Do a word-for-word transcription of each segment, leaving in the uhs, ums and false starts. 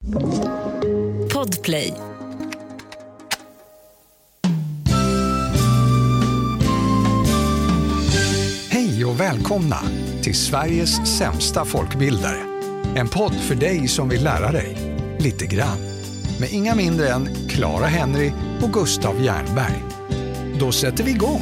Podplay. Hej och välkomna till Sveriges sämsta folkbildare. En podd för dig som vill lära dig lite grann. Med inga mindre än Clara Henry och Gustav Jernberg. Då sätter vi igång.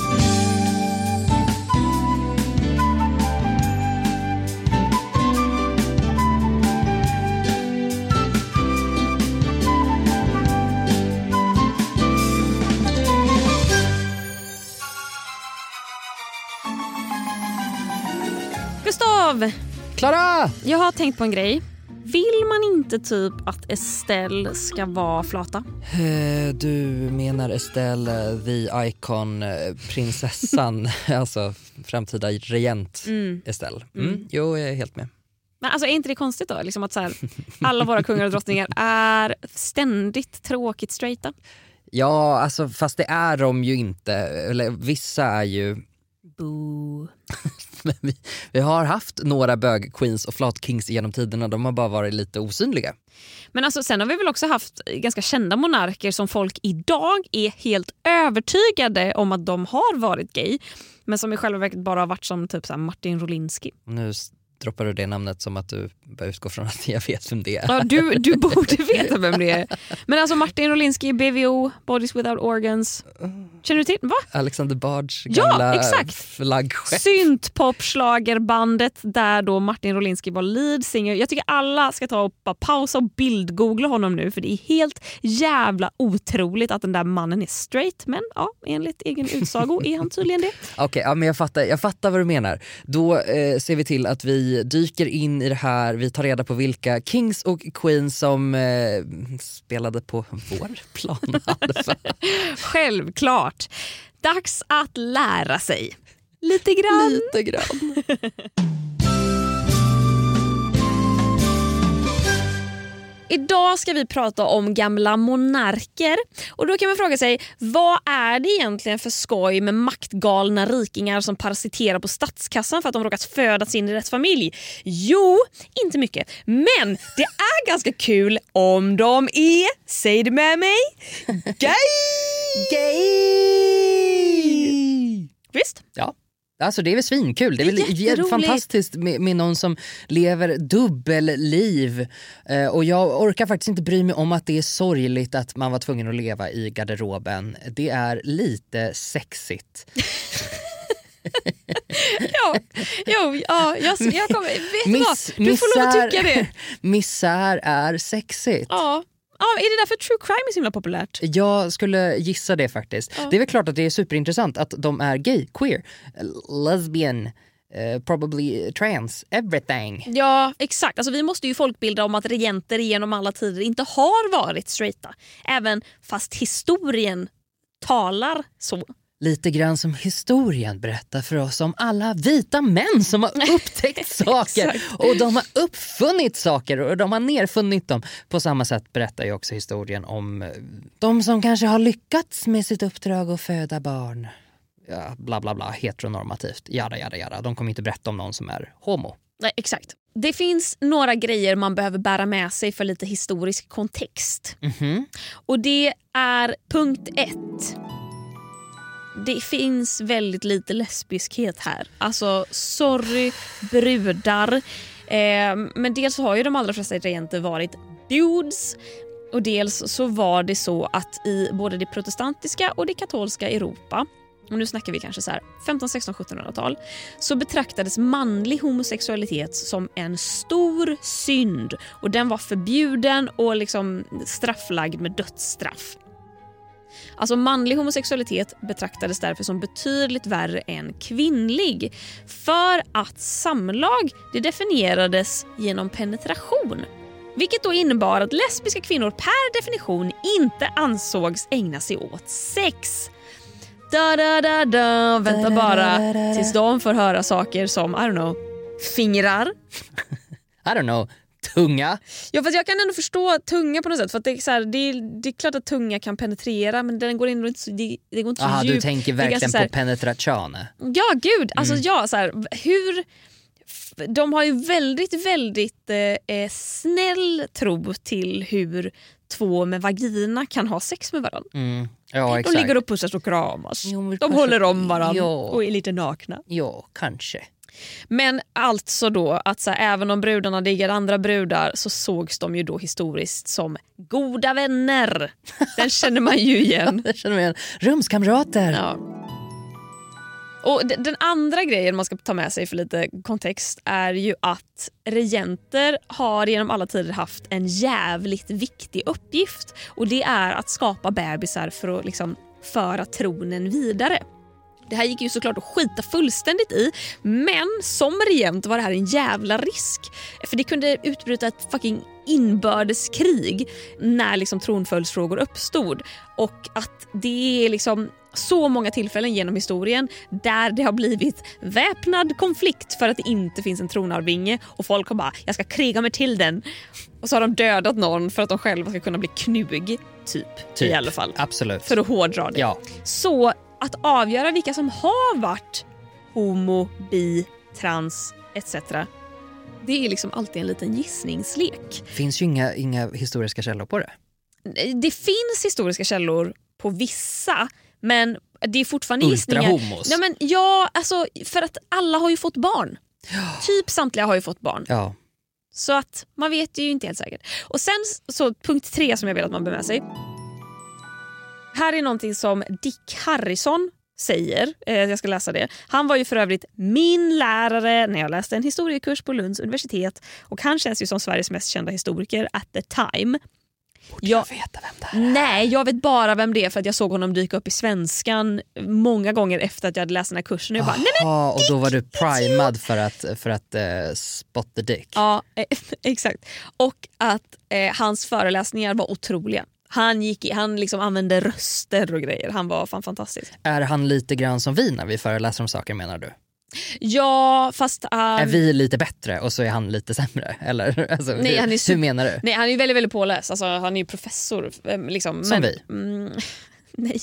Gustav! Klara! Jag har tänkt på en grej. Vill man inte typ att Estelle ska vara flata? Eh, Du menar Estelle, the icon, eh, prinsessan, alltså framtida regent Mm. Estelle. Mm. Mm. Jo, jag är helt med. Men alltså är inte det konstigt då? Liksom att så här, alla våra kungar och drottningar är ständigt tråkigt straighta. Ja, alltså fast det är de ju inte. Eller vissa är ju... Boo. vi, vi har haft några bög-queens och flat-kings genom tiderna. De har bara varit lite osynliga. Men alltså sen har vi väl också haft ganska kända monarker som folk idag är helt övertygade om att de har varit gay. Men som i själva verket bara har varit som typ så här Martin Rolinski. Nu droppar du det namnet som att du bara utgår från att jag vet vem det är. Ja, du, du borde veta vem det är. Men alltså Martin Rolinski, B V O, Bodies Without Organs. Känner du till? Va? Alexander Bards Ja, gamla exakt. flaggskepp. Syntpop-schlagerbandet där då Martin Rolinski var lead singer. Jag tycker alla ska ta och bara pausa och bildgoogla honom nu, för det är helt jävla otroligt att den där mannen är straight. Men ja, enligt egen utsago är han tydligen det. Okej, okay, ja, men jag fattar, jag fattar vad du menar. Då eh, ser vi till att vi dyker in i det här. Vi tar reda på vilka kings och queens som eh, spelade på vår plan. Självklart. Dags att lära sig. Lite grann. Lite grann. Idag ska vi prata om gamla monarker. Och då kan man fråga sig, vad är det egentligen för skoj med maktgalna rikingar som parasiterar på statskassan för att de råkat födas in i rätt familj? Jo, inte mycket. Men det är ganska kul om de är, säg det med mig, gay! Gay! Visst? Ja. Alltså det är väl svinkul. Det är väl Jätteroligt. fantastiskt med, med någon som lever dubbelliv. Eh, och jag orkar faktiskt inte bry mig om att det är sorgligt att man var tvungen att leva i garderoben. Det är lite sexigt. ja, jo, ja, jag, jag kommer, vet du Miss, vad? Du får lov att tycka det. Misär är sexigt. Ja. Ja, är det därför true crime är så himla populärt? Jag skulle gissa det faktiskt. Ja. Det är väl klart att det är superintressant att de är gay, queer, lesbian, uh, probably trans, everything. Ja, exakt. Alltså, vi måste ju folkbilda om att regenter genom alla tider inte har varit straighta. Även fast historien talar så. Lite grann som historien berättar för oss om alla vita män som har upptäckt saker och de har uppfunnit saker och de har nerfunnit dem. På samma sätt berättar ju också historien om de som kanske har lyckats med sitt uppdrag att föda barn. Ja, bla bla bla, heteronormativt, jada jada jada. De kommer inte berätta om någon som är homo. Nej, exakt. Det finns några grejer man behöver bära med sig för lite historisk kontext. Mm-hmm. Och det är punkt ett. Det finns väldigt lite lesbiskhet här. Alltså, sorry brudar. Eh, men dels så har ju de allra flesta regenter varit dudes. Och dels så var det så att i både det protestantiska och det katolska Europa, och nu snackar vi kanske så här femton-, sexton-, sjuttonhundratal, så betraktades manlig homosexualitet som en stor synd. Och den var förbjuden och liksom strafflagd med dödsstraff. Alltså manlig homosexualitet betraktades därför som betydligt värre än kvinnlig. För att samlag, det definierades genom penetration. Vilket då innebar att lesbiska kvinnor per definition inte ansågs ägna sig åt sex. Da, da, da, da. Vänta bara tills de får höra saker som, I don't know, fingrar. I don't know, tunga. Ja, fast jag kan ändå förstå tunga på något sätt. För att det, är så här, det, är, det är klart att tunga kan penetrera, men den går in och inte så, det, det går inte så Aha, djupt. du tänker verkligen så här, på penetration. ja, gud. Alltså, Mm. ja, så här, hur... De har ju väldigt, väldigt eh, snäll tro till hur två med vagina kan ha sex med varandra. Mm. Ja, de exakt. ligger och pussas och kramas. Jo, de håller om varandra ja. och är lite nakna. Ja, kanske. Men alltså då att så här, även om brudarna diggade andra brudar så sågs de ju då historiskt som goda vänner. Den känner man ju igen. Den känner man igen. Rumskamrater. Ja. Och d- den andra grejen man ska ta med sig för lite kontext är ju att regenter har genom alla tider haft en jävligt viktig uppgift. Och det är att skapa bebisar för att liksom föra tronen vidare. Det här gick ju såklart att skita fullständigt i, men som regent var det här en jävla risk. För det kunde utbryta ett fucking inbördeskrig när liksom tronföljdsfrågor uppstod. Och att det är liksom så många tillfällen genom historien där det har blivit väpnad konflikt för att det inte finns en tronarvinge och folk har bara, jag ska kriga mig till den. Och så har de dödat någon för att de själva ska kunna bli knug, typ, typ. I alla fall. Absolut. För att hårdra det. Ja. Så att avgöra vilka som har varit homo, bi, trans et cetera. Det är liksom alltid en liten gissningslek. Det finns ju inga, inga historiska källor på det. Det finns historiska källor på vissa, men det är fortfarande gissningar. Ultrahomos. Ja, men ja, alltså, för att alla har ju fått barn. Ja. Typ samtliga har ju fått barn. Ja. Så att man vet ju inte helt säkert. Och sen så punkt tre som jag vill att man bär med sig. Här är någonting som Dick Harrison säger. Eh, jag ska läsa det. Han var ju för övrigt min lärare när jag läste en historiekurs på Lunds universitet. Och han känns ju som Sveriges mest kända historiker at the time. Borde jag, jag veta vem det är? Nej, jag vet bara vem det är för att jag såg honom dyka upp i Svenskan många gånger efter att jag hade läst den här kursen. Och jag bara, nej, men Aha, och då var du primad för att, för att uh, spot the dick. Ja, exakt. Och att eh, hans föreläsningar var otroliga. Han, gick i, han liksom använde röster och grejer. Han var fan fantastisk. Är han lite grann som vi när vi föreläser om saker, menar du? Ja, fast... Um, är vi lite bättre och så är han lite sämre? Eller, alltså, nej, hur, han är hur menar du? Nej, han är ju väldigt, väldigt påläst. Alltså, han är ju professor. Liksom. Som men, vi? Mm, nej.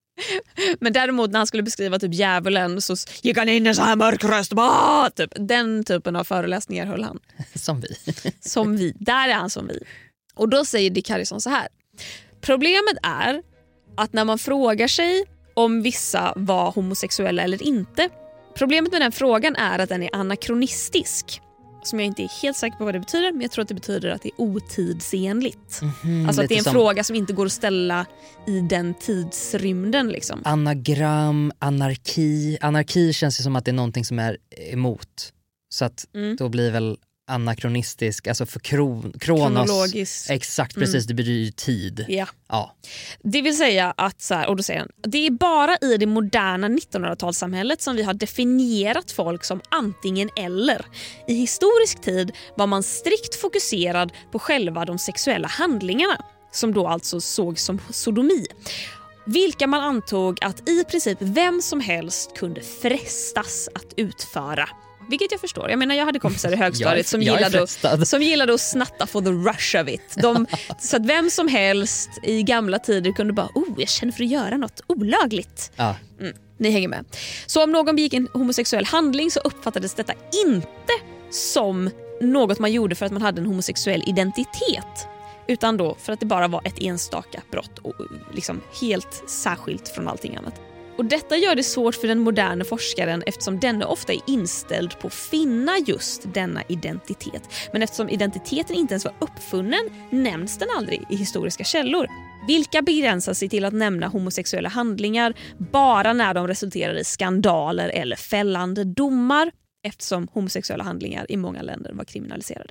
Men däremot när han skulle beskriva typ djävulen så gick han in i så här mörk röst. Bah! Typ. Den typen av föreläsningar höll han. Som vi. Som vi. Där är han som vi. Och då säger Dick Harrison så här. Problemet är att när man frågar sig om vissa var homosexuella eller inte. Problemet med den frågan är att den är anakronistisk. Som jag inte är helt säker på vad det betyder, men jag tror att det betyder att det är otidsenligt. Mm-hmm, alltså att det är en som... fråga som inte går att ställa i den tidsrymden. Liksom. Anagram, anarki. Anarki känns ju som att det är någonting som är emot. Så att mm. då blir väl anakronistisk, alltså för kron, kronos. Kronologisk. Exakt, precis. Mm. Det betyder ju tid. Ja. Ja. Det vill säga att, så här, och då säger han, det är bara i det moderna nittonhundratalssamhället som vi har definierat folk som antingen eller. I historisk tid var man strikt fokuserad på själva de sexuella handlingarna, som då alltså sågs som sodomi. Vilka man antog att i princip vem som helst kunde frestas att utföra. Vilket jag förstår. Jag menar, jag hade kompisar i högstadiet som, gillade att, som gillade att snatta for the rush of it. De, så att vem som helst i gamla tider kunde bara, oh, jag känner för att göra något olagligt. Ja. Mm, ni hänger med. Så om någon begick en homosexuell handling så uppfattades detta inte som något man gjorde för att man hade en homosexuell identitet. Utan då för att det bara var ett enstaka brott och liksom helt särskilt från allting annat. Och detta gör det svårt för den moderna forskaren eftersom denne ofta är inställd på att finna just denna identitet. Men eftersom identiteten inte ens var uppfunnen nämns den aldrig i historiska källor. Vilka begränsar sig till att nämna homosexuella handlingar bara när de resulterar i skandaler eller fällande domar eftersom homosexuella handlingar i många länder var kriminaliserade.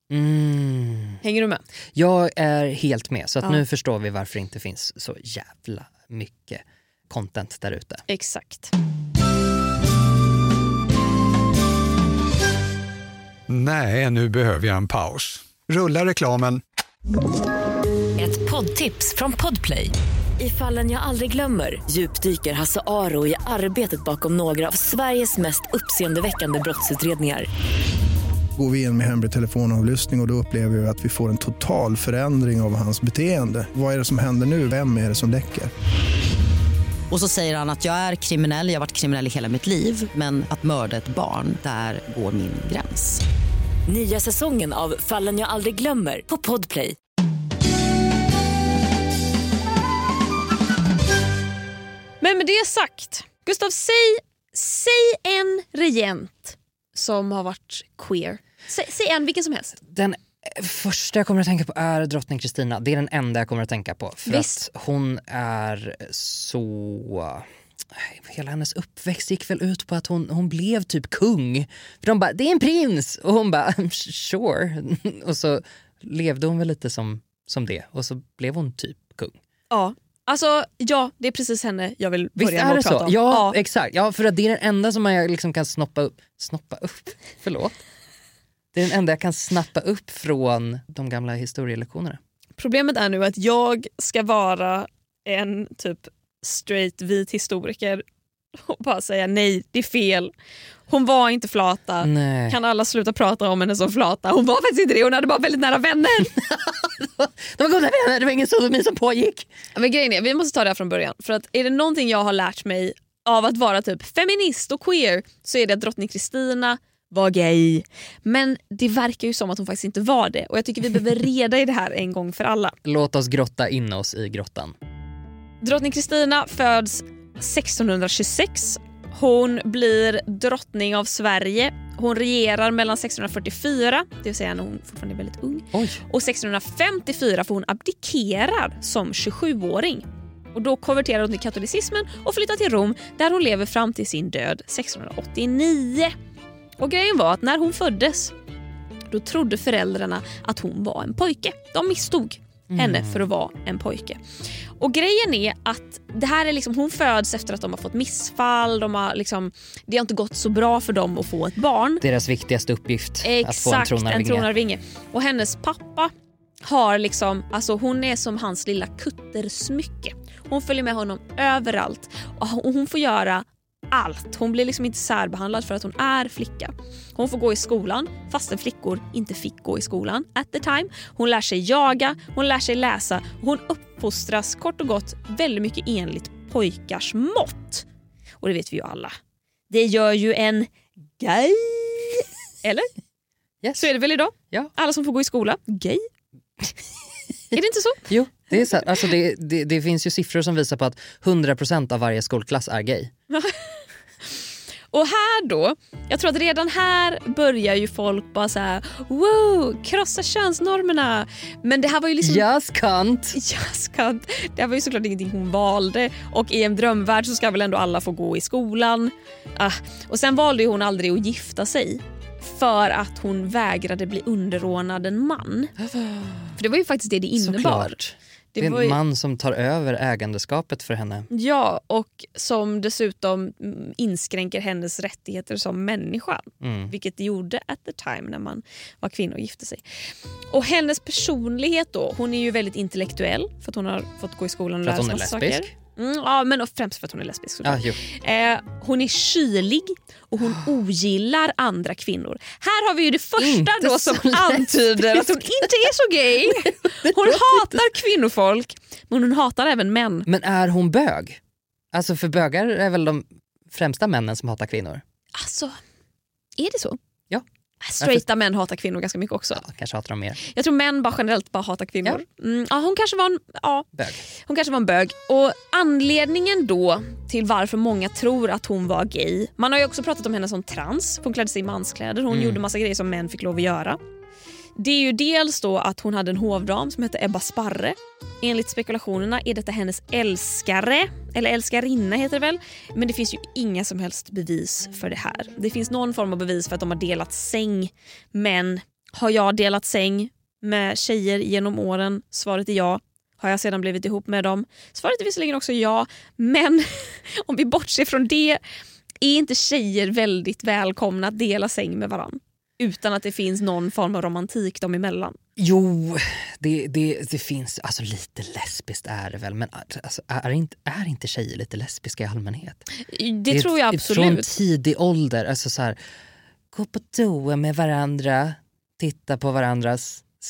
Mm. Hänger du med? Jag är helt med, så att ja. Nu förstår vi varför det inte finns så jävla mycket content där ute. Exakt. Nej, nu behöver jag en paus. Rulla reklamen. Ett poddtips från Podplay. I Fallen jag aldrig glömmer djupdyker Hasse Aro i arbetet bakom några av Sveriges mest uppseendeväckande brottsutredningar. Går vi in med hemlig telefonavlyssning och, och då upplever vi att vi får en total förändring av hans beteende. Vad är det som händer nu? Vem är det som läcker? Och så säger han att jag är kriminell, jag har varit kriminell i hela mitt liv. Men att mörda ett barn, där går min gräns. Nya säsongen av Fallen jag aldrig glömmer på Podplay. Men med det sagt, Gustav, säg, säg en regent som har varit queer. Säg, säg en, vilken som helst. Den första jag kommer att tänka på är drottning Kristina. Det är den enda jag kommer att tänka på. För Visst. att hon är så... Hela hennes uppväxt gick väl ut på att hon, hon blev typ kung. För de bara, det är en prins! Och hon bara, sure. Och så levde hon väl lite som, som det. Och så blev hon typ kung. Ja, alltså ja, det är precis henne jag vill Visst börja är med det att prata så? om. Ja, Ja, exakt. Ja, för att det är den enda som jag liksom kan snoppa upp. Snoppa upp? Förlåt. Det är den enda jag kan snappa upp från de gamla historielektionerna. Problemet är nu att jag ska vara en typ straight vit historiker och bara säga nej, det är fel. Hon var inte flata. Nej. Kan alla sluta prata om henne som flata? Hon var faktiskt inte det, hon hade bara väldigt nära vänner. De var goda vänner, det var ingen sodomi som pågick. Men grejen är, vi måste ta det här från början. För att är det någonting jag har lärt mig av att vara typ feminist och queer, så är det att drottning Kristina var gay. Men det verkar ju som att hon faktiskt inte var det. Och jag tycker vi behöver reda i det här en gång för alla. Låt oss grotta in oss i grottan. Drottning Kristina föds sextonhundratjugosex. Hon blir drottning av Sverige. Hon regerar mellan sextonhundrafyrtiofyra, det vill säga när hon fortfarande är väldigt ung. Oj. Och sextonhundrafemtiofyra, för hon abdikerar som tjugosjuåring. Och då konverterar hon till katolicismen och flyttar till Rom, där hon lever fram till sin död sextonhundraåttionio. Och grejen var att när hon föddes, då trodde föräldrarna att hon var en pojke. De misstog henne för att vara en pojke. Och grejen är att det här är liksom, hon föds efter att de har fått missfall, de har liksom, det har inte gått så bra för dem att få ett barn. Deras viktigaste uppgift. Exakt, att få en tronarvinge. en tronarvinge. Och hennes pappa har liksom, alltså hon är som hans lilla kuttersmycke. Hon följer med honom överallt och hon får göra allt. Hon blir liksom inte särbehandlad för att hon är flicka. Hon får gå i skolan fastän flickor inte fick gå i skolan at the time. Hon lär sig jaga, hon lär sig läsa. Hon uppfostras kort och gott väldigt mycket enligt pojkars mått. Och det vet vi ju alla. Det gör ju en gay. Eller? Yes. Så är det väl idag? Ja. Alla som får gå i skola, gay. Är det inte så? Jo, det är så. Alltså det, det, det finns ju siffror som visar på att hundra procent av varje skolklass är gay. Och här då, jag tror att redan här börjar ju folk bara så här, wow, krossa könsnormerna. Men det här var ju liksom... Yes, cunt. Yes, cunt. Det här var ju såklart ingenting hon valde. Och i en drömvärld så ska väl ändå alla få gå i skolan. Ah. Och sen valde ju hon aldrig att gifta sig. För att hon vägrade bli underordnad en man. För det var ju faktiskt det det innebar. Såklart. Det, det är en ju... man som tar över ägandeskapet för henne. Ja, och som dessutom inskränker hennes rättigheter som människa. Mm. Vilket det gjorde at the time när man var kvinna och gifte sig. Och hennes personlighet då, hon är ju väldigt intellektuell. För att hon har fått gå i skolan och lära sig massa saker. Mm, ja, men främst för att hon är lesbisk. Ah, eh, hon är kylig och hon ogillar andra kvinnor. Här har vi ju det första då som antyder att hon inte är så gay. Hon hatar kvinnofolk, men hon hatar även män. Men är hon bög? Alltså för bögar är väl de främsta männen som hatar kvinnor? Alltså, är det så? Ja. Straighta män hatar kvinnor ganska mycket också. Ja, kanske hatar de mer. Jag tror män bara generellt bara hatar kvinnor. Ja. Mm, ja, hon kanske var en ja, bög. Hon kanske var en bög. Och anledningen då till varför många tror att hon var gay. Man har ju också pratat om henne som trans. Hon klädde sig i manskläder. Hon mm. gjorde massa grejer som män fick lov att göra. Det är ju dels då att hon hade en hovdam som hette Ebba Sparre. Enligt spekulationerna är detta hennes älskare, eller älskarinna heter det väl. Men det finns ju inga som helst bevis för det här. Det finns någon form av bevis för att de har delat säng. Men har jag delat säng med tjejer genom åren? Svaret är ja. Har jag sedan blivit ihop med dem? Svaret är visserligen också ja. Men om vi bortser från det, är inte tjejer väldigt välkomna att dela säng med varandra? Utan att det finns någon form av romantik dem emellan. Jo, det, det, det finns, alltså lite lesbiskt är det väl. Men alltså, är, inte, är inte tjejer lite lesbiska i allmänhet? Det, det tror jag absolut. Från tidig ålder, alltså så här, gå på toa med varandra, titta på varandras snippor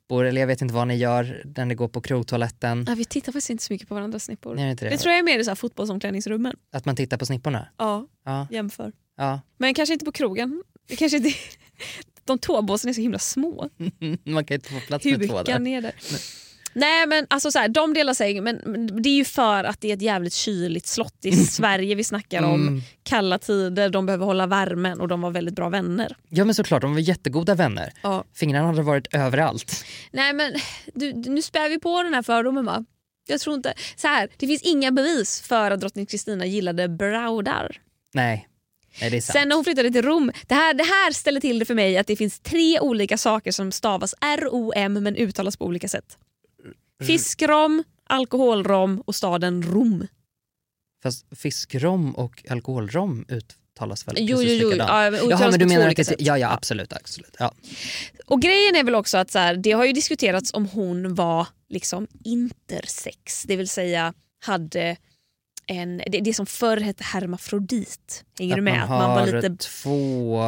snippor, eller jag vet inte vad ni gör när ni går på krogtoaletten. Ja, vi tittar faktiskt inte så mycket på varandras snippor. Nej, inte det. det tror jag är mer i så här fotbollsomklädningsrummen. Att man tittar på snipporna? Ja, Ja. jämför. Ja. Men kanske inte på krogen. Det kanske inte... De tåbåsen är så himla små. Man kan inte få plats med två där. Ner där. Nej. Nej men alltså så här, de delar säng, men det är ju för att det är ett jävligt kyligt slott i Sverige vi snackar om. Mm. Kalla tider, de behöver hålla värmen och de var väldigt bra vänner. Ja men såklart, de var jättegoda vänner. Ja. Fingrarna hade varit överallt. Nej men du, nu spär vi på den här fördomen va? Jag tror inte, så här, det finns inga bevis för att drottning Kristina gillade braudar. Nej. Nej, det är sant. Sen när hon flyttade till Rom, det här, det här ställer till det för mig att det finns tre olika saker som stavas R O M men uttalas på olika sätt. Fiskrom, alkoholrom och staden Rom. Fast fiskrom och alkoholrom uttalas väl Jo, precis jo, jo. likadant? Ja, Jaha, men du menar vilket vilket... Ja, ja, absolut. absolut. Ja. Och grejen är väl också att så här, det har ju diskuterats om hon var liksom intersex. Det vill säga hade en, det, det som förr hette hermafrodit. Hänger att du med? Man att man var lite två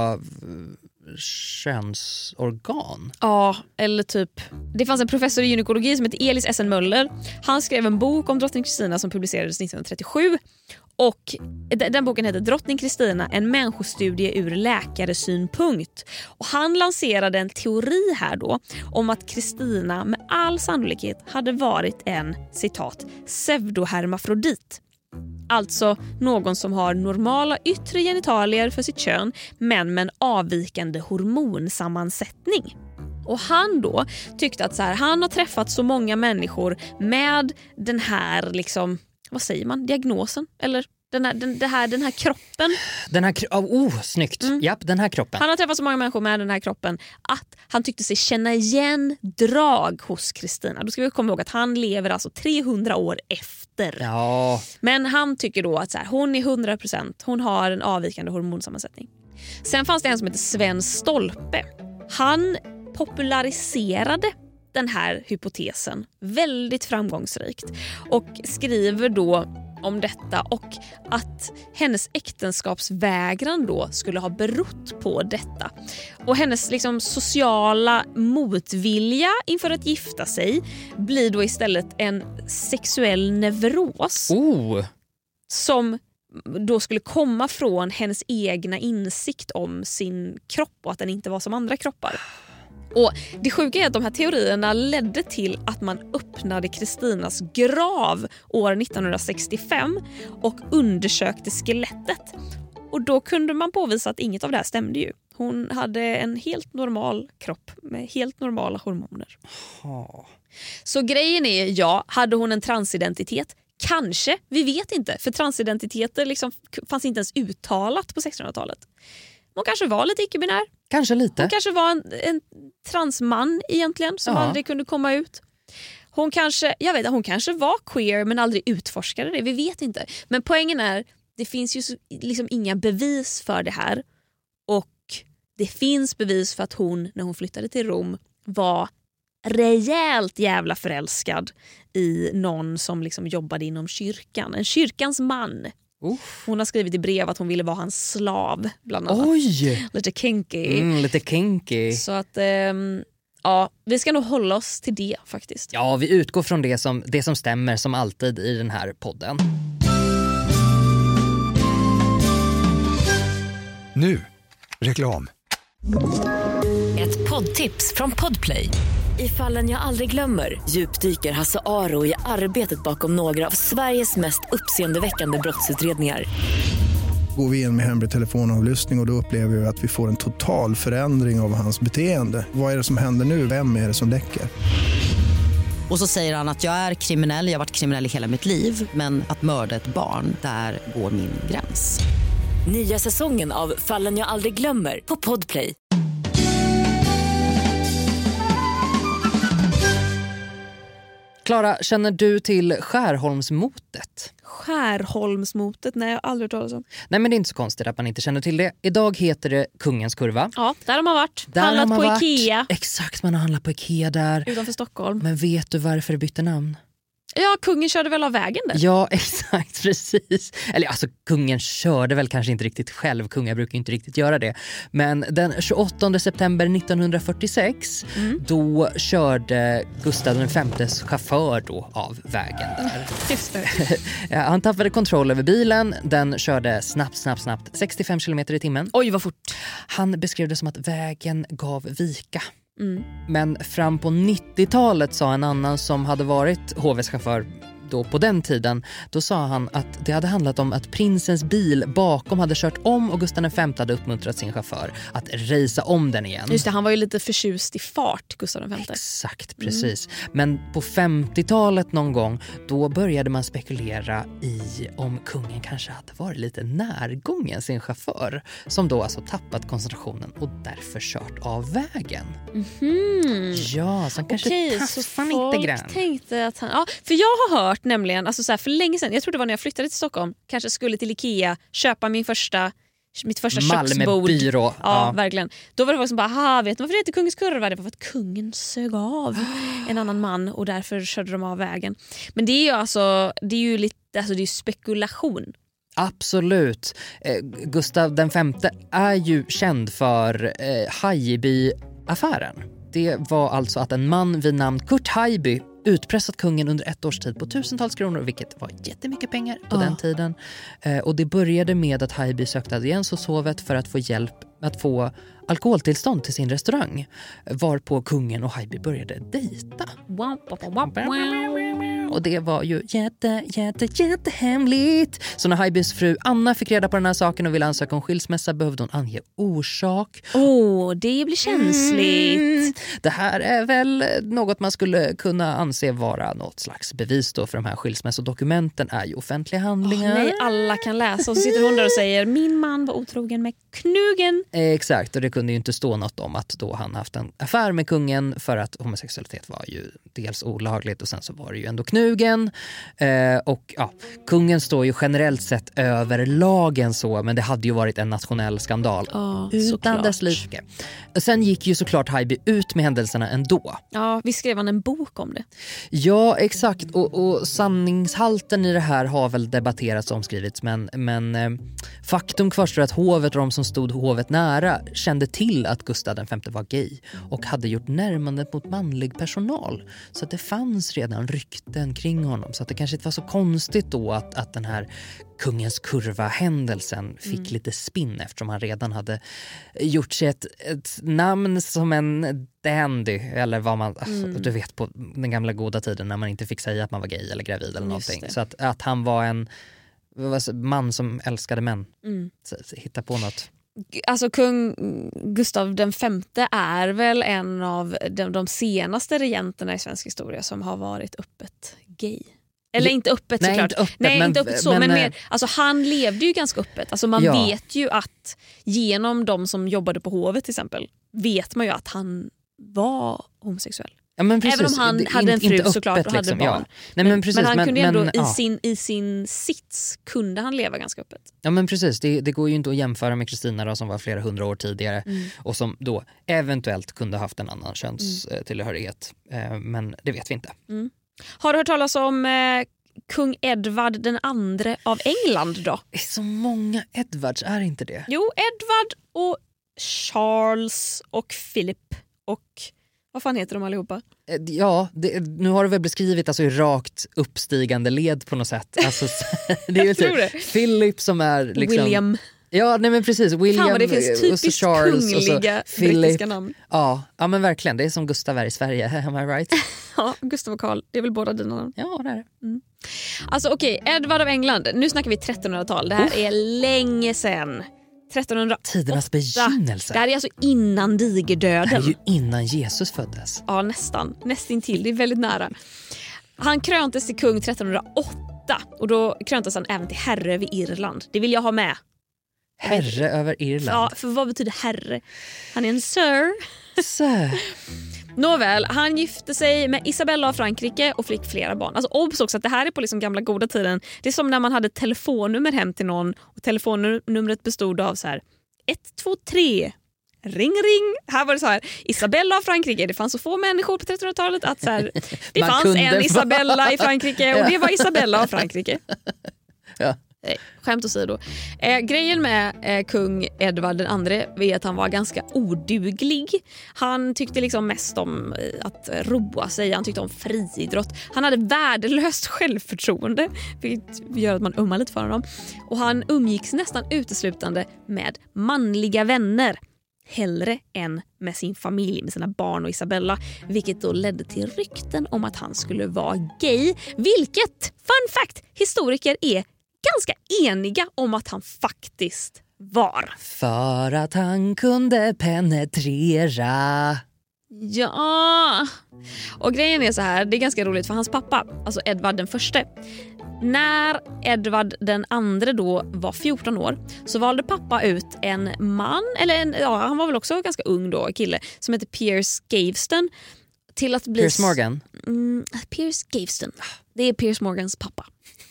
könsorgan. Ja, eller typ... Det fanns en professor i gynekologi som heter Elis S N Möller. Han skrev en bok om drottning Kristina som publicerades nittonhundratrettiosju. Och den boken heter Drottning Kristina, en människostudie ur läkaresynpunkt. Och han lanserade en teori här då om att Kristina med all sannolikhet hade varit en, citat, pseudohermafrodit. Alltså någon som har normala yttre genitalier för sitt kön men med en avvikande hormonsammansättning. Och han då tyckte att så här, han har träffat så många människor med den här liksom, vad säger man, diagnosen eller den här, den, det här, den här kroppen. Den här, oh, snyggt. Mm. Japp, den här kroppen. Han har träffat så många människor med den här kroppen att han tyckte sig känna igen drag hos Kristina. Då ska vi komma ihåg att han lever alltså trehundra år efter. Ja. Men han tycker då att så här, hon är hundra procent, hon har en avvikande hormonsammansättning. Sen fanns det en som heter Sven Stolpe. Han populariserade den här hypotesen väldigt framgångsrikt och skriver då om detta och att hennes äktenskapsvägran då skulle ha berott på detta. Och hennes liksom sociala motvilja inför att gifta sig blir då istället en sexuell neuros. Oh. Som då skulle komma från hennes egna insikt om sin kropp och att den inte var som andra kroppar. Och det sjuka är att de här teorierna ledde till att man öppnade Kristinas grav år nittonhundrasextiofem och undersökte skelettet. Och då kunde man påvisa att inget av det här stämde ju. Hon hade en helt normal kropp med helt normala hormoner. Oh. Så grejen är, ja, hade hon en transidentitet? Kanske, vi vet inte. För transidentiteter liksom fanns inte ens uttalat på sextonhundratalet. Hon kanske var lite icke-binär. Kanske lite. Hon kanske var en, en transman egentligen som ja. aldrig kunde komma ut. Hon kanske, jag vet, hon kanske var queer men aldrig utforskade det. Vi vet inte. Men poängen är, det finns ju liksom inga bevis för det här. Och det finns bevis för att hon, när hon flyttade till Rom, var rejält jävla förälskad i någon som liksom jobbade inom kyrkan. En kyrkans man. Uh. Hon har skrivit i brev att hon ville vara hans slav bland annat. Oj! Lite kinky. Mm, lite kinky. Så att ähm, ja, vi ska nog hålla oss till det faktiskt. Ja, vi utgår från det som, det som stämmer som alltid i den här podden. Nu, reklam. Ett poddtips från Podplay. I Fallen jag aldrig glömmer djupdyker Hasse Aro i arbetet bakom några av Sveriges mest uppseendeväckande brottsutredningar. Går vi in med hemlig telefonavlyssning och, och då upplever vi att vi får en total förändring av hans beteende. Vad är det som händer nu? Vem är det som läcker? Och så säger han att jag är kriminell, jag har varit kriminell i hela mitt liv. Men att mörda ett barn, där går min gräns. Nya säsongen av Fallen jag aldrig glömmer på Podplay. Klara, känner du till Skärholmsmotet? Skärholmsmotet? Nej, jag har aldrig hört talas om. Nej, men det är inte så konstigt att man inte känner till det. Idag heter det Kungens kurva. Ja, där har man varit. Där handlat man på varit. Ikea. Exakt, man har handlat på Ikea där. Utanför Stockholm. Men vet du varför det bytte namn? Ja, kungen körde väl av vägen där? Ja, exakt, precis. Eller alltså, kungen körde väl kanske inte riktigt själv. Kungar brukar inte riktigt göra det. Men den tjugoåttonde september nittonhundrafyrtiosex mm. då körde Gustav den femtes chaufför då av vägen där. Just det. Han tappade kontroll över bilen. Den körde snabbt, snabbt, snabbt. sextiofem kilometer i timmen. Oj, vad fort. Han beskrev det som att vägen gav vika. Mm. Men fram på nittiotalet sa en annan som hade varit hovchaufför då på den tiden, då sa han att det hade handlat om att prinsens bil bakom hade kört om och Gustav den femte hade uppmuntrat sin chaufför att racea om den igen. Just det, han var ju lite förtjust i fart, Gustav den femte. Exakt, precis. Mm. Men på femtiotalet någon gång, då började man spekulera i om kungen kanske hade varit lite närgången sin chaufför, som då alltså tappat koncentrationen och därför kört av vägen. Mm-hmm. Ja, så han kanske Okej, taffade så lite folk grann. Tänkte att han, ja, för jag har hört nämligen, alltså så här, för länge sedan, jag tror det var när jag flyttade till Stockholm, kanske skulle till Ikea köpa min första mitt första köksbord. Byrå. Ja, ja, verkligen. Då var det folk som bara, ha, vet du varför det heter Kungens kurva? Det var för att kungen sög av en annan man och därför körde de av vägen. Men det är ju alltså, det är ju lite, alltså det är spekulation. Absolut. Eh, Gustav den femte är ju känd för eh, Haijby-affären. Det var alltså att en man vid namn Kurt Haijby utpressat kungen under ett års tid på tusentals kronor, vilket var jättemycket pengar på oh. den tiden. Eh, och det började med att Haijby sökte audiens hos hovet för att få hjälp att få alkoholtillstånd till sin restaurang, varpå kungen och Haijby började dejta. Och det var ju jätte, jätte, jättehemligt. Så när Haijbys fru Anna fick reda på den här saken och ville ansöka om skilsmässa behövde hon ange orsak. Åh, oh, det blir känsligt. Mm. Det här är väl något man skulle kunna anse vara något slags bevis då, för de här skilsmässodokumenten är ju offentliga handlingar. Oh, nej, alla kan läsa. Och så sitter hon där och säger, min man var otrogen med knugen. Exakt, och det kunde ju inte stå något om att då han haft en affär med kungen, för att homosexualitet var ju dels olagligt och sen så var det ju ändå knugen. Eh, och ja, kungen står ju generellt sett över lagen så, men det hade ju varit en nationell skandal. Ja, utan dess like. Sen gick ju såklart Haijby ut med händelserna ändå. Ja, vi skrev han en bok om det. Ja, exakt. Och, och sanningshalten i det här har väl debatterats och omskrivits, men, men eh, faktum kvarstår att hovet och de som stod hovet nära kände till att Gustav den femte var gay och hade gjort närmandet mot manlig personal. Så att det fanns redan rykten kring honom, så att det kanske inte var så konstigt då att, att den här kungens kurva-händelsen fick mm. lite spinn, eftersom han redan hade gjort sig ett, ett namn som en dandy, eller vad man, mm. alltså, du vet, på den gamla goda tiden när man inte fick säga att man var gay eller gravid eller någonting. Så att, att han var en man som älskade män. Mm. Så, så, hitta på något. Alltså kung Gustav den femte är väl en av de, de senaste regenterna i svensk historia som har varit öppet gay. Eller inte öppet Nej, såklart. inte öppet, Nej, men, inte öppet så, men, men mer, alltså han levde ju ganska öppet. Alltså man ja. vet ju att genom de som jobbade på hovet till exempel, vet man ju att han var homosexuell. Ja, men precis. Även om han det, hade en fru öppet, såklart och hade liksom, barn. Ja. Nej, men, men, precis, men han men, kunde ändå men, i, ja. sin, i sin sits kunde han leva ganska öppet. Ja, men precis, det, det går ju inte att jämföra med Kristina då, som var flera hundra år tidigare mm. och som då eventuellt kunde haft en annan könstillhörighet. Mm. Eh, men det vet vi inte. Mm. Har du hört talas om eh, kung Edvard den andre av England då? Det är så många Edvards, är inte det? Jo, Edvard och Charles och Philip och vad fan heter de allihopa? Ja, det, nu har du väl beskrivit alltså i rakt uppstigande led på något sätt. Alltså, det är ju typ Philip som är liksom... William. Ja, nej men precis. William. Fan, det finns typiskt och så Charles kungliga och så Philip. brittiska namn. Ja, ja, men verkligen. Det är som Gustav är i Sverige, am I right? Ja, Gustav och Karl. Det är väl båda dina namn? Ja, det är det. Mm. Alltså okej, okay, Edvard av England. Nu snackar vi trettonhundratal. Det här oh. är länge sedan. trettonhundraåtta. Tidernas begynnelse. Det här är alltså innan digerdöden. Det här är ju innan Jesus föddes. Ja, nästan. Nästintill. Det är väldigt nära. Han kröntes till kung trettonhundraåtta. Och då kröntes han även till herre över Irland. Det vill jag ha med. Herre över Irland? Ja, för vad betyder herre? Han är en sir. Sir. Nåväl, han gifte sig med Isabella av Frankrike och fick flera barn. Alltså obs också att det här är på liksom gamla goda tiden. Det är som när man hade telefonnummer hem till någon och telefonnumret bestod av så här ett två tre ring ring. Här var det så här, Isabella av Frankrike. Det fanns så få människor på trettonhundratalet att så här, det Man fanns kunde en Isabella vara- i Frankrike och det var Isabella av Frankrike. Ja. Nej, skämt åsido. Eh, grejen med eh, kung Edvard den andre är att han var ganska oduglig. Han tyckte liksom mest om eh, att roa sig. Han tyckte om friidrott. Han hade värdelöst självförtroende, vilket gör att man ummar lite för honom. Och han umgicks nästan uteslutande med manliga vänner. Hellre än med sin familj, med sina barn och Isabella, vilket då ledde till rykten om att han skulle vara gay, vilket, fun fact, historiker är ganska eniga om att han faktiskt var. För att han kunde penetrera. Ja. Och grejen är så här, det är ganska roligt för hans pappa, alltså Edvard den förste. När Edvard den andre då var fjorton år så valde pappa ut en man, eller en, ja, han var väl också ganska ung då, kille, som heter Piers Gaveston till att bli... Piers Morgan? Mm, Piers Gaveston. Det är Piers Morgans pappa.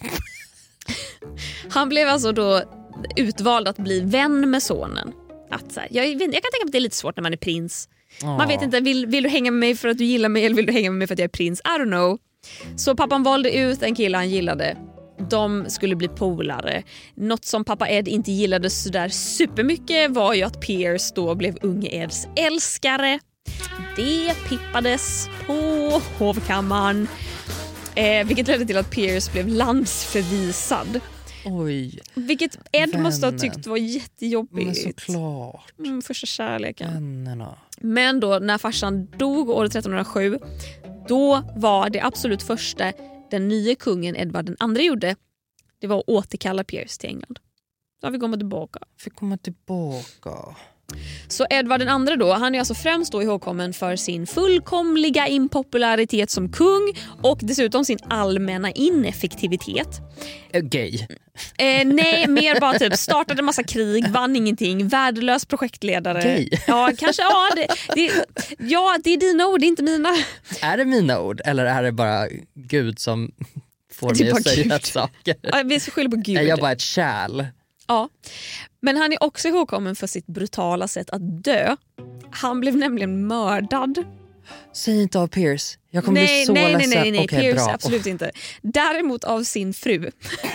Han blev alltså då utvald att bli vän med sonen. Att så här, jag, vet, jag kan tänka mig att det är lite svårt när man är prins. Oh. Man vet inte, vill, vill du hänga med mig för att du gillar mig eller vill du hänga med mig för att jag är prins? I don't know. Så pappan valde ut en kille han gillade. De skulle bli polare. Något som pappa Ed inte gillade så där supermycket var ju att Piers då blev unge Eds älskare. Det pippades på hovkammaren. Eh, vilket ledde till att Piers blev landsförvisad. Oj. Vilket Ed Vännen. måste ha tyckt var jättejobbigt. Men såklart. Mm, första kärleken. Vännerna. Men då när farsan dog år trettonhundrasju, då var det absolut första den nya kungen Edvard den andre gjorde, det var att återkalla Piers till England. Så har vi kommit tillbaka. Fick komma tillbaka. Så Edvard den andre då, han är alltså främst då ihågkommen för sin fullkomliga impopularitet som kung och dessutom sin allmänna ineffektivitet. Gay. Eh, nej, mer bara typ startade en massa krig, vann ingenting, värdelös projektledare. Gay. Ja, kanske, ja det, det, ja, det är dina ord, det är inte mina. Är det mina ord eller är det bara Gud som får Det är mig att bara säga Gud. saker? Ja, vi skyller på Gud. Är jag bara ett kärl? Ja. Men han är också ihågkommen för sitt brutala sätt att dö. Han blev nämligen mördad. Säg inte av Piers. Jag kommer Nej, bli så nej, nej, ledsen. nej, nej. Okej, Piers bra. absolut inte. Däremot av sin fru.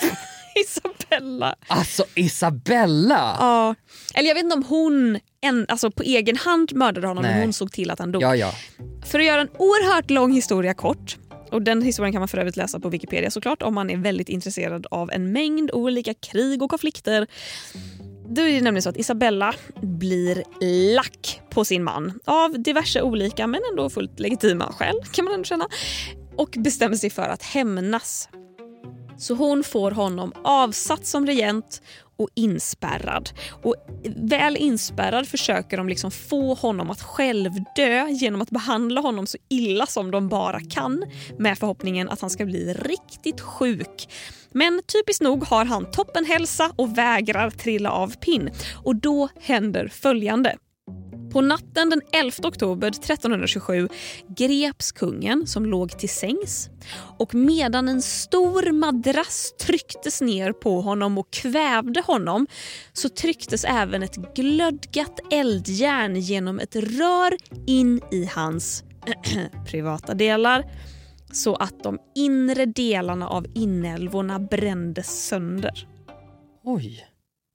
Isabella. Alltså Isabella! Ja. Eller jag vet inte om hon en, alltså på egen hand mördade honom, Nej. men hon såg till att han dog. Ja, ja. För att göra en oerhört lång historia kort, och den historien kan man för övrigt läsa på Wikipedia såklart om man är väldigt intresserad av en mängd olika krig och konflikter. Då är det nämligen så att Isabella blir lack på sin man av diverse olika men ändå fullt legitima skäl, kan man ändå känna, och bestämmer sig för att hämnas. Så hon får honom avsatt som regent och inspärrad. Och väl inspärrad försöker de liksom få honom att själv dö genom att behandla honom så illa som de bara kan, med förhoppningen att han ska bli riktigt sjuk. Men typiskt nog har han toppen hälsa och vägrar trilla av pinn. Och då händer följande. På natten den elfte oktober trettonhundratjugosju greps kungen som låg till sängs, och medan en stor madrass trycktes ner på honom och kvävde honom så trycktes även ett glödgat eldjärn genom ett rör in i hans privata delar så att de inre delarna av inälvorna brändes sönder. Oj.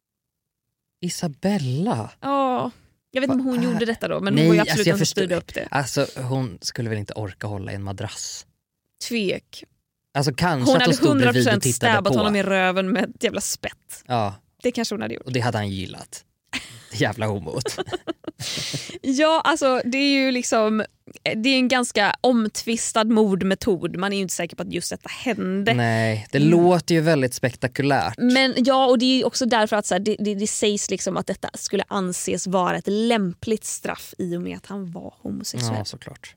Isabella. Ja. Jag vet inte om hon Vad är- gjorde detta då, men Nej, hon var ju absolut alltså jag inte förstår- styrde upp det. Alltså hon skulle väl inte orka hålla i en madrass. Tvek. Alltså kanske Hon att hade hon stod hundra bredvid och procent tittade stäbat på. honom i röven med ett jävla spett. Ja, Det kanske hon hade gjort. och det hade han gillat. Jävla homot. Ja, alltså det är ju liksom, det är en ganska omtvistad mordmetod. Man är ju inte säker på att just detta hände. Nej, det låter ju väldigt spektakulärt. Men ja, och det är ju också därför att så här, det, det, det sägs liksom att detta skulle anses vara ett lämpligt straff i och med att han var homosexuell. Ja, såklart.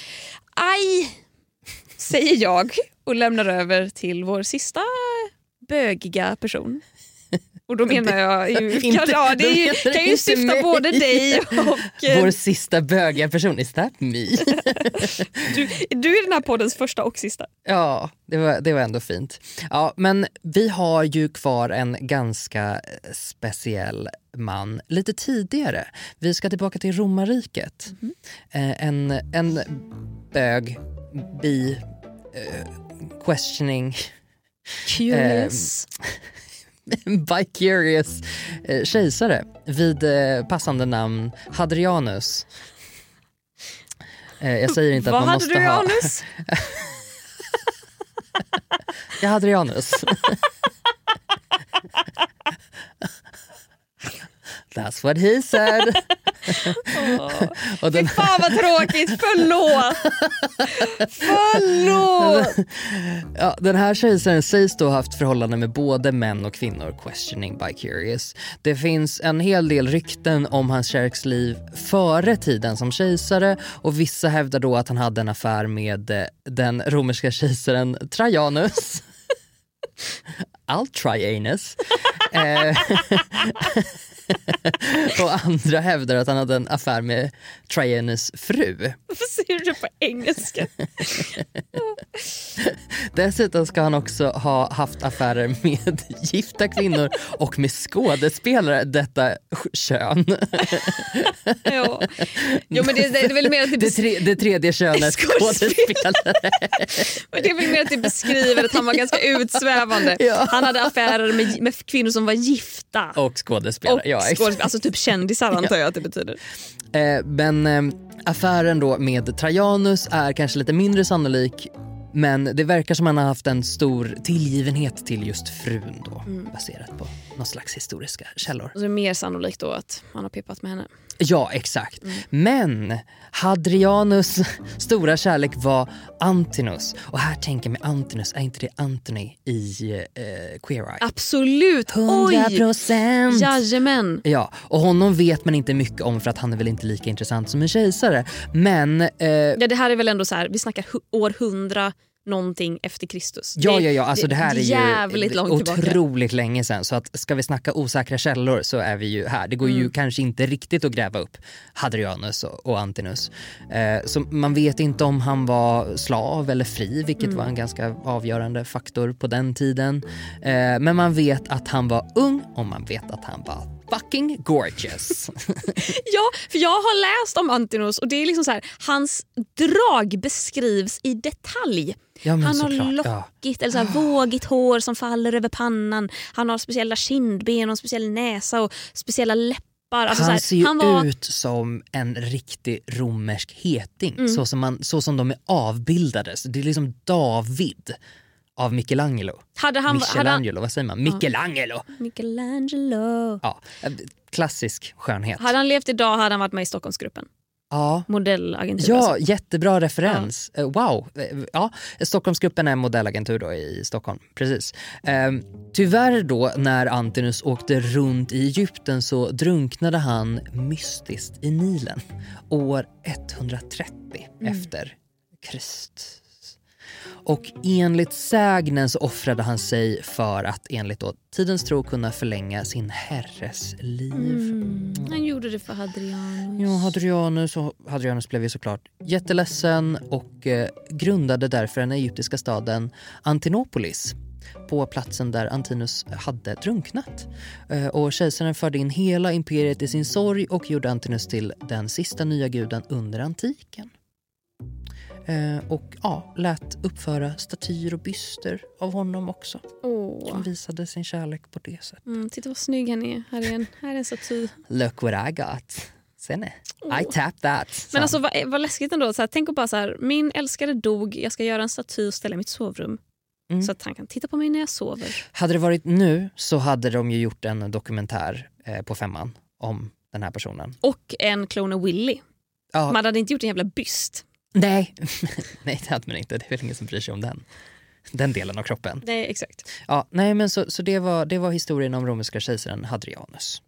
Aj, säger jag och lämnar över till vår sista bögiga person. Och då menar jag ju, Inte- ja, det är ju, då menar kan ju inte syfta mig. både dig och... eh, Vår sista bögiga person, is that me? du, du är den här poddens första och sista. Ja, det var, det var ändå fint. Ja, men vi har ju kvar en ganska speciell man lite tidigare. Vi ska tillbaka till romarriket. Mm. Eh, en, en bög, bi, eh, questioning, Curious. bi-curious eh, kejsare vid eh, passande namn Hadrianus. Eh, jag säger inte att Vad man hade måste du, ha... Janus? Ja, Hadrianus. That's what he said. Åh, Och den, fan vad tråkigt, förlåt! Förlåt! ja, den här kejsaren sägs då ha haft förhållanden med både män och kvinnor, questioning by curious. Det finns en hel del rykten om hans kärleksliv före tiden som kejsare, och vissa hävdar då att han hade en affär med eh, den romerska kejsaren Trajanus. I'll try anus. Eh, och andra hävdar att han hade en affär med Trajanus fru. Varför säger du det på engelska? Dessutom ska han också ha haft affärer med gifta kvinnor och med skådespelare, detta kön. Ja. Jo, men det, det är väl mer att det, Det, bes- tre, det tredje könet skådespelare. men det är väl mer att det beskriver att han var ganska utsvävande. Ja. Han hade affärer med, med kvinnor som var gifta. Och skådespelare. Och ja, exakt. skådespelare, alltså typ kändisar antar jag att det betyder. Eh, men eh, affären då med Trajanus är kanske lite mindre sannolik, men det verkar som att han har haft en stor tillgivenhet till just frun då, Mm. baserat på någon slags historiska källor. Och så är det mer sannolikt då att han har pippat med henne. Ja, exakt. Men Hadrianus stora kärlek var Antinous. Och här tänker jag med Antinous, är inte det Anthony i eh, Queer Eye? Absolut, hundra oj! procent! Jajamän. Ja, och honom vet man inte mycket om för att han är väl inte lika intressant som en kejsare. Men... Eh, Ja, det här är väl ändå så här, vi snackar hu- år hundra någonting efter Kristus. Ja, ja, ja. Alltså det här är ju jävligt långt tillbaka. otroligt länge sedan. Så att ska vi snacka osäkra källor så är vi ju här. Det går Mm. ju kanske inte riktigt att gräva upp Hadrianus och, och Antinous. Eh, så man vet inte om han var slav eller fri, vilket Mm. var en ganska avgörande faktor på den tiden. Eh, men man vet att han var ung och man vet att han var fucking gorgeous. Ja, för jag har läst om Antinous och det är liksom så här, hans drag beskrivs i detalj. Ja, men Han har såklart, ja. lockigt eller så här, vågigt hår som faller över pannan. Han har speciella kindben och en speciell näsa och speciella läppar. Alltså, Han så här, ser ju han var... ut som en riktig romersk heting, så, som man, så som de är avbildades. Det är liksom David av Michelangelo. Hade han, Michelangelo, hade han, vad säger man? Michelangelo! Michelangelo. Ja, klassisk skönhet. Hade han levt idag hade han varit med i Stockholmsgruppen. Ja. Modellagentur. Ja, alltså. jättebra referens. Ja. Wow. Ja, Stockholmsgruppen är en modellagentur då i Stockholm. Precis. Ehm, tyvärr då, när Antinous åkte runt i Egypten så drunknade han mystiskt i Nilen år etthundratrettio Mm. efter Kristus. Och enligt sägnen så offrade han sig för att enligt då tidens tro kunna förlänga sin herres liv. Mm. Han gjorde det för Hadrianus. Ja, Hadrianus, och Hadrianus blev ju såklart jätteledsen och eh, grundade därför den egyptiska staden Antinopolis på platsen där Antinous hade drunknat. Eh, och kejsaren förde in hela imperiet i sin sorg och gjorde Antinous till den sista nya guden under antiken. Eh, och ja, lät uppföra statyer och byster av honom också. Åh. Som visade sin kärlek på det sättet. Mm, titta vad snygg han är. Här är en, här är en staty. Look what I got. Sen är Åh. I tapped that. Men alltså vad, vad läskigt ändå. Så här, tänk och bara så här, min älskade dog, jag ska göra en staty och ställa i mitt sovrum. Mm. Så att han kan titta på mig när jag sover. Hade det varit nu så hade de ju gjort en dokumentär eh, på femman om den här personen. Och en klon av Willy. Ja, Man hade inte gjort en jävla byst. nej. nej, det hade man inte. Det är väl ingen som bryr sig om den. Den delen av kroppen. Nej, exakt. Ja, nej, men så, så det, var, det var historien om romerska kejsaren Hadrianus.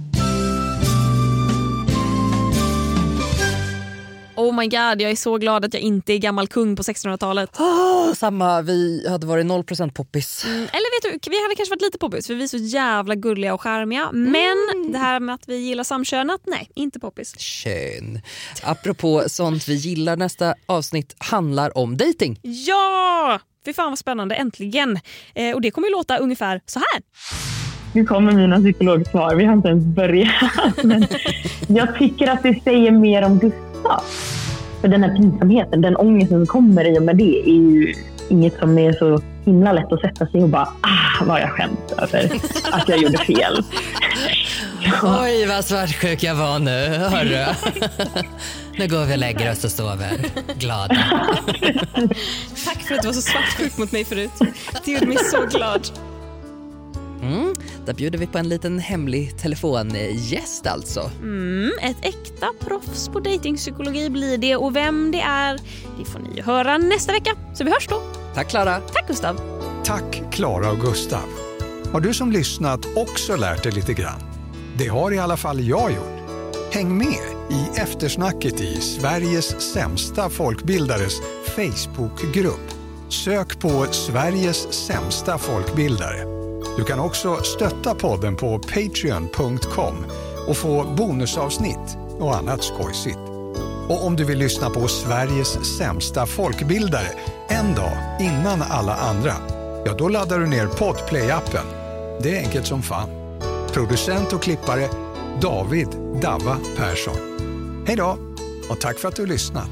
Oh my god, jag är så glad att jag inte är gammal kung på sextonhundratalet. Oh, samma, vi hade varit noll procent poppis. Mm, eller vet du, vi hade kanske varit lite poppis för vi är så jävla gulliga och charmiga. Men mm. det här med att vi gillar samkönat, nej, inte poppis. Kön. Apropå sånt vi gillar, nästa avsnitt handlar om dating. Ja! Fy fan vad spännande, äntligen. Eh, och det kommer ju låta ungefär så här. Nu kommer mina psykologsvar, vi har inte ens börjat. Men jag tycker att det säger mer om Gustav. För den här pinsamheten, den ångesten som kommer i och med det är ju inget som är så himla lätt att sätta sig och bara, ah, vad jag skäms över att jag gjorde fel. Ja. Oj, vad svartsjuk jag var nu, hörru. Nu går vi och lägger oss och sover glada. Tack för att du var så svartsjuk mot mig förut. Det gjorde mig så glad. Mm, där bjuder vi på en liten hemlig telefongäst alltså. Mm, ett äkta proffs på datingpsykologi blir det, och vem det är, det får ni höra nästa vecka. Så vi hörs då. Tack Clara. Tack Gustav. Tack Clara och Gustav. Har du som lyssnat också lärt dig lite grann? Det har i alla fall jag gjort. Häng med i eftersnacket i Sveriges sämsta folkbildares Facebookgrupp. Sök på Sveriges sämsta folkbildare. Du kan också stötta podden på patreon punkt com och få bonusavsnitt och annat skojsigt. Och om du vill lyssna på Sveriges sämsta folkbildare en dag innan alla andra, ja då laddar du ner Podplay-appen. Det är enkelt som fan. Producent och klippare David Davva Persson. Hej då och tack för att du har lyssnat.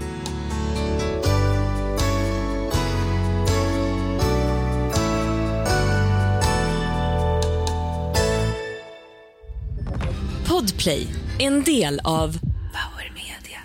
Podplay, en del av Power Media.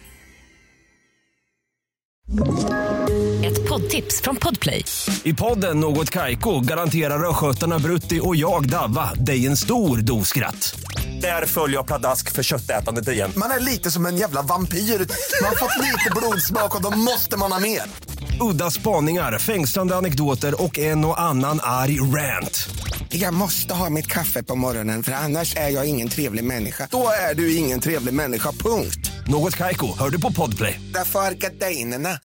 Ett poddtips från Podplay. I podden Något Kaiko garanterar röskötarna Brutti och jag Davva dig en stor doskratt. Där följer jag pladask för köttätandet igen. Man är lite som en jävla vampyr. Man har fått lite blodsmak och då måste man ha mer. Udda spaningar, fängslande anekdoter och en och annan arg rant. Jag måste ha mitt kaffe på morgonen för annars är jag ingen trevlig människa. Då är du ingen trevlig människa, punkt. Något Kaiko, hör du på Podplay. Därför är gardinerna.